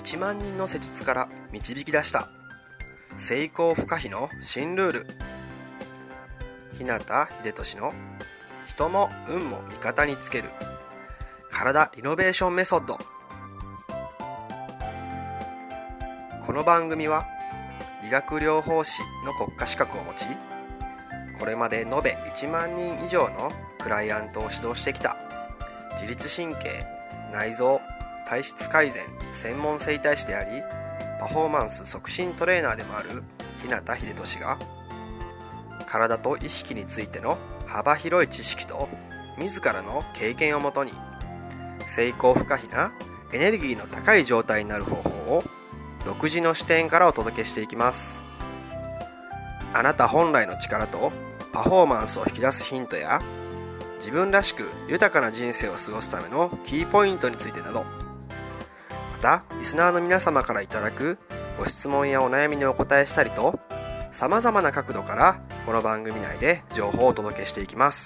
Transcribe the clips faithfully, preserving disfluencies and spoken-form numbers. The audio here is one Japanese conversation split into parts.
ちまん人の施術から導き出した成功不可避の新ルール。日向秀俊の人も運も味方につける体リノベーションメソッド。この番組は理学療法士の国家資格を持ち、これまで延べいちまん人以上のクライアントを指導してきた自律神経、内臓、体質改善専門整体師であり、パフォーマンス促進トレーナーでもある日向秀俊が、体と意識についての幅広い知識と自らの経験をもとに、成功不可避なエネルギーの高い状態になる方法を独自の視点からお届けしていきます。あなた本来の力とパフォーマンスを引き出すヒントや、自分らしく豊かな人生を過ごすためのキーポイントについてなど、またリスナーの皆様からいただくご質問やお悩みにお答えしたりと、さまざまな角度からこの番組内で情報をお届けしていきます。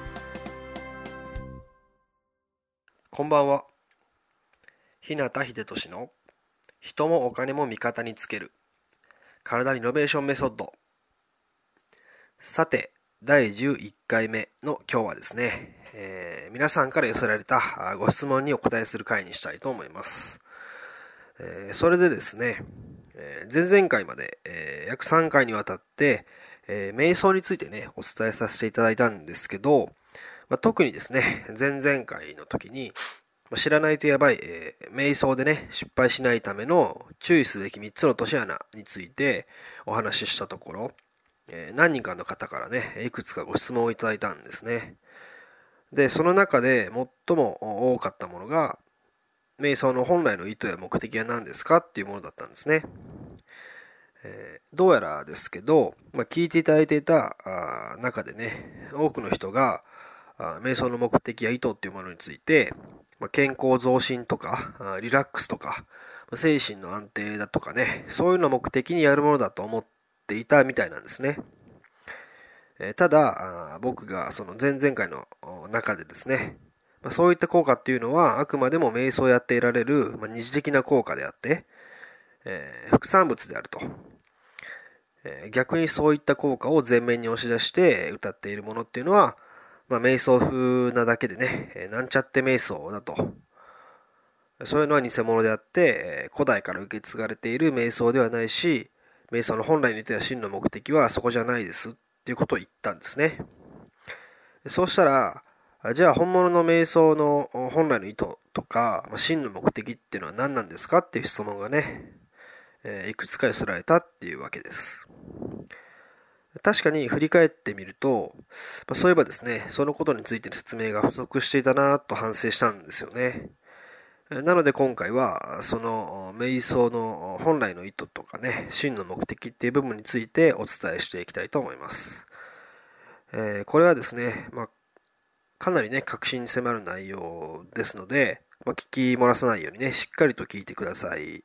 こんばんは。日向秀俊の人もお金も味方につける体リノベーションメソッド。さて、だいじゅういっかいめの今日はですね、えー、皆さんから寄せられたご質問にお答えする回にしたいと思います。えー、それでですね、えー、前々回まで、えー、約さんかいにわたって、えー、瞑想についてねお伝えさせていただいたんですけど、まあ、特にですね前々回の時に知らないとやばい、えー、瞑想でね失敗しないための注意すべきみっつの落とし穴についてお話ししたところ、えー、何人かの方からねいくつかご質問をいただいたんですね。でその中で最も多かったものが、瞑想の本来の意図や目的は何ですかっていうものだったんですね。えー、どうやらですけど、まあ、聞いていただいていた中でね多くの人が瞑想の目的や意図っていうものについて、まあ、健康増進とかリラックスとか精神の安定だとかね、そういうのを目的にやるものだと思っていたみたいなんですね。えー、ただ僕がその前々回の中でですね、まあ、そういった効果っていうのはあくまでも瞑想をやっていられる、まあ、二次的な効果であって、えー、副産物であると。えー、逆にそういった効果を前面に押し出して歌っているものっていうのは、まあ、瞑想風なだけでね、えー、なんちゃって瞑想だと。そういうのは偽物であって、えー、古代から受け継がれている瞑想ではないし、瞑想の本来の意図や真の目的はそこじゃないですっていうことを言ったんですね。そうしたら、じゃあ本物の瞑想の本来の意図とか、まあ、真の目的っていうのは何なんですかっていう質問がね、えー、いくつか寄せられたっていうわけです。確かに振り返ってみると、まあ、そういえばですね、そのことについての説明が不足していたなと反省したんですよね。なので今回はその瞑想の本来の意図とかね、真の目的っていう部分についてお伝えしていきたいと思います。えー、これはですね、まあ、かなりね確信に迫る内容ですので、まあ、聞き漏らさないようにねしっかりと聞いてください。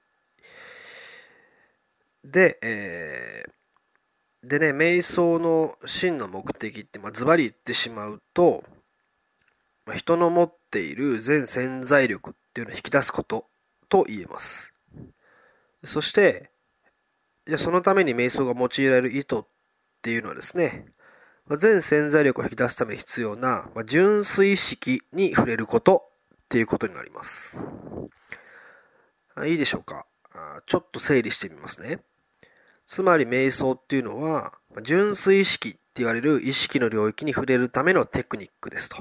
で、えー、でね、瞑想の真の目的って、まあ、ズバリ言ってしまうと、まあ、人の持っている全潜在力っていうのを引き出すことと言えます。そして、じゃあそのために瞑想が用いられる意図っていうのはですね、まあ、全潜在力を引き出すために必要な、まあ、純粋意識に触れることっていうことになります。いいでしょうか。ちょっと整理してみますね。つまり瞑想っていうのは純粋意識って言われる意識の領域に触れるためのテクニックですと。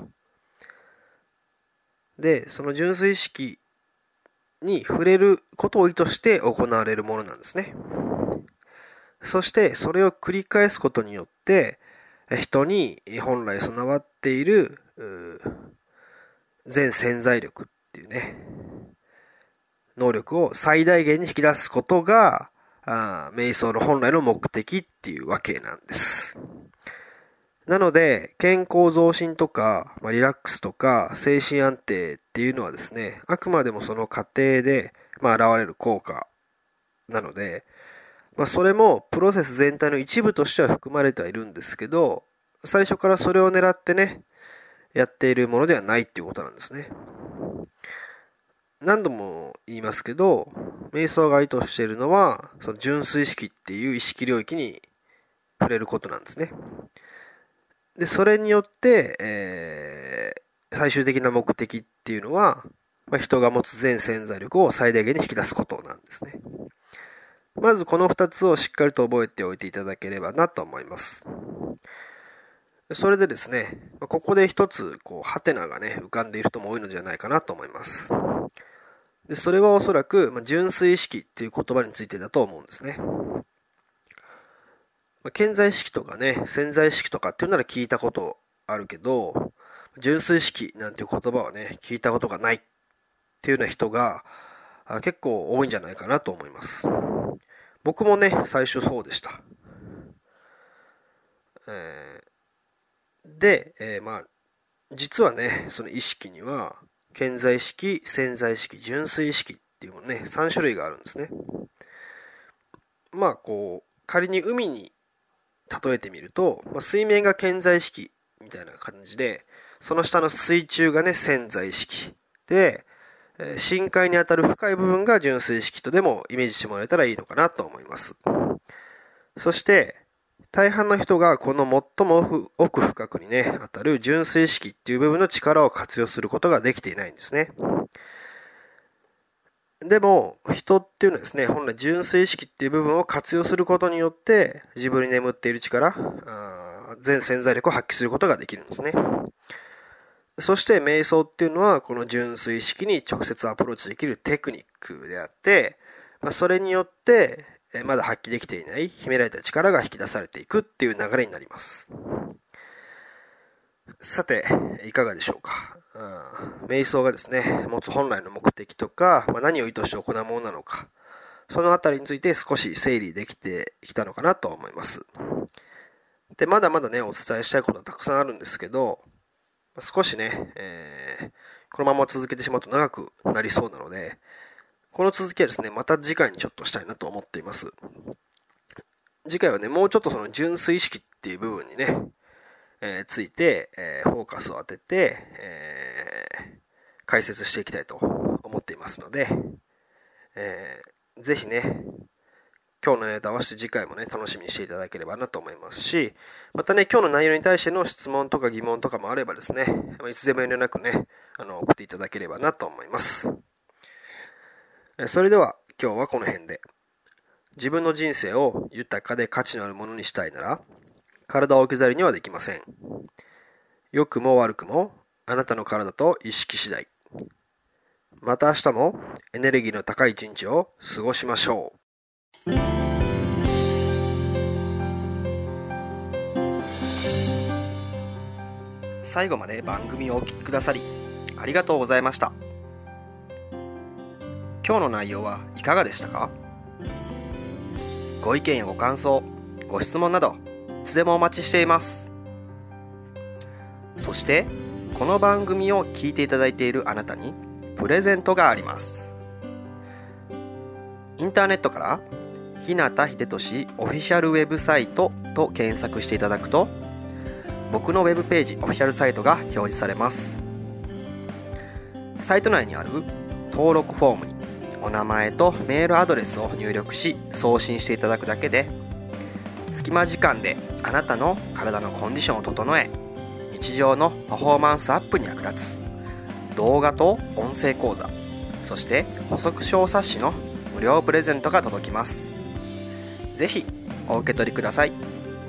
で、その純粋意識に触れることを意図して行われるものなんですね。そしてそれを繰り返すことによって人に本来備わっている全潜在力っていうね能力を最大限に引き出すことがあ瞑想の本来の目的っていうわけなんです。なので健康増進とか、まあ、リラックスとか精神安定っていうのはですね、あくまでもその過程で、まあ、現れる効果なので、まあ、それもプロセス全体の一部としては含まれてはいるんですけど、最初からそれを狙ってねやっているものではないっていうことなんですね。何度も言いますけど、 瞑想が意図しているのはその純粋意識っていう意識領域に触れることなんですね。でそれによって、えー、最終的な目的っていうのは、まあ、人が持つ全潜在力を最大限に引き出すことなんですね。まずこのふたつをしっかりと覚えておいていただければなと思います。それでですね、ここで一つこうハテナがね浮かんでいる人も多いのではないかなと思います。でそれはおそらく、まあ、純粋意識っていう言葉についてだと思うんですね。まあ、顕在意識とかね潜在意識とかっていうなら聞いたことあるけど、純粋意識なんていう言葉はね聞いたことがないっていうような人が結構多いんじゃないかなと思います。僕もね最初そうでした。えー、で、えー、まあ実はねその意識には顕在意識、潜在意識、純粋意識っていうものねさん種類があるんですね。まあこう仮に海に例えてみると、まあ、水面が顕在意識みたいな感じで、その下の水中がね潜在意識で、えー、深海にあたる深い部分が純粋意識とでもイメージしてもらえたらいいのかなと思います。そして大半の人がこの最も奥深くにね当たる純粋意識っていう部分の力を活用することができていないんですね。でも人っていうのはですね、本来純粋意識っていう部分を活用することによって自分に眠っている力、あ全潜在力を発揮することができるんですね。そして瞑想っていうのはこの純粋意識に直接アプローチできるテクニックであって、まあ、それによってまだ発揮できていない秘められた力が引き出されていくっていう流れになります。さていかがでしょうか。瞑想がですね持つ本来の目的とか、まあ、何を意図して行うものなのか、そのあたりについて少し整理できてきたのかなと思います。でまだまだねお伝えしたいことはたくさんあるんですけど、少しね、えー、このまま続けてしまうと長くなりそうなので、この続きはですねまた次回にちょっとしたいなと思っています。次回はねもうちょっとその純粋意識っていう部分にね、えー、ついて、えー、フォーカスを当てて、えー、解説していきたいと思っていますので、えー、ぜひね今日のネタ合わせて次回もね楽しみにしていただければなと思いますし、またね今日の内容に対しての質問とか疑問とかもあればですね、いつでも遠慮なくねあの送っていただければなと思います。それでは今日はこの辺で。自分の人生を豊かで価値のあるものにしたいなら、体を置き去りにはできません。良くも悪くもあなたの体と意識次第。また明日もエネルギーの高い一日を過ごしましょう。最後まで番組をお聞きくださりありがとうございました。今日の内容はいかがでしたか？ご意見やご感想、ご質問などいつでもお待ちしています。そしてこの番組を聞いていただいているあなたにプレゼントがあります。インターネットから日向秀俊オフィシャルウェブサイトと検索していただくと、僕のウェブページオフィシャルサイトが表示されます。サイト内にある登録フォームにお名前とメールアドレスを入力し送信していただくだけで、隙間時間であなたの体のコンディションを整え、日常のパフォーマンスアップに役立つ動画と音声講座、そして補足小冊子の無料プレゼントが届きます。ぜひお受け取りください。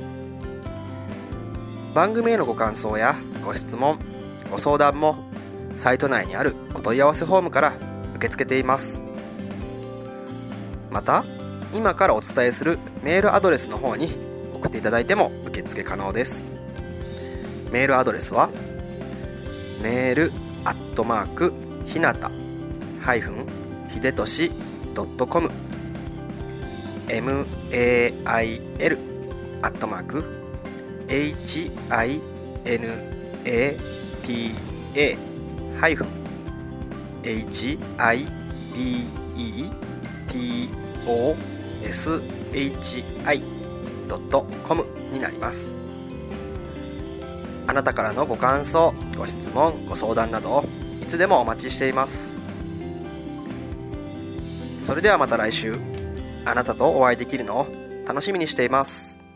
番組へのご感想やご質問、ご相談もサイト内にあるお問い合わせフォームから受け付けています。また今からお伝えするメールアドレスの方に送っていただいても受付可能です。メールアドレスはメールアットマークひなたひでとし ドットコム メールアットマーク ひなた ハイフン ヒデトシ ドットコム になります。あなたからのご感想、ご質問、ご相談などいつでもお待ちしています。 それではまた来週、あなたとお会いできるのを楽しみにしています。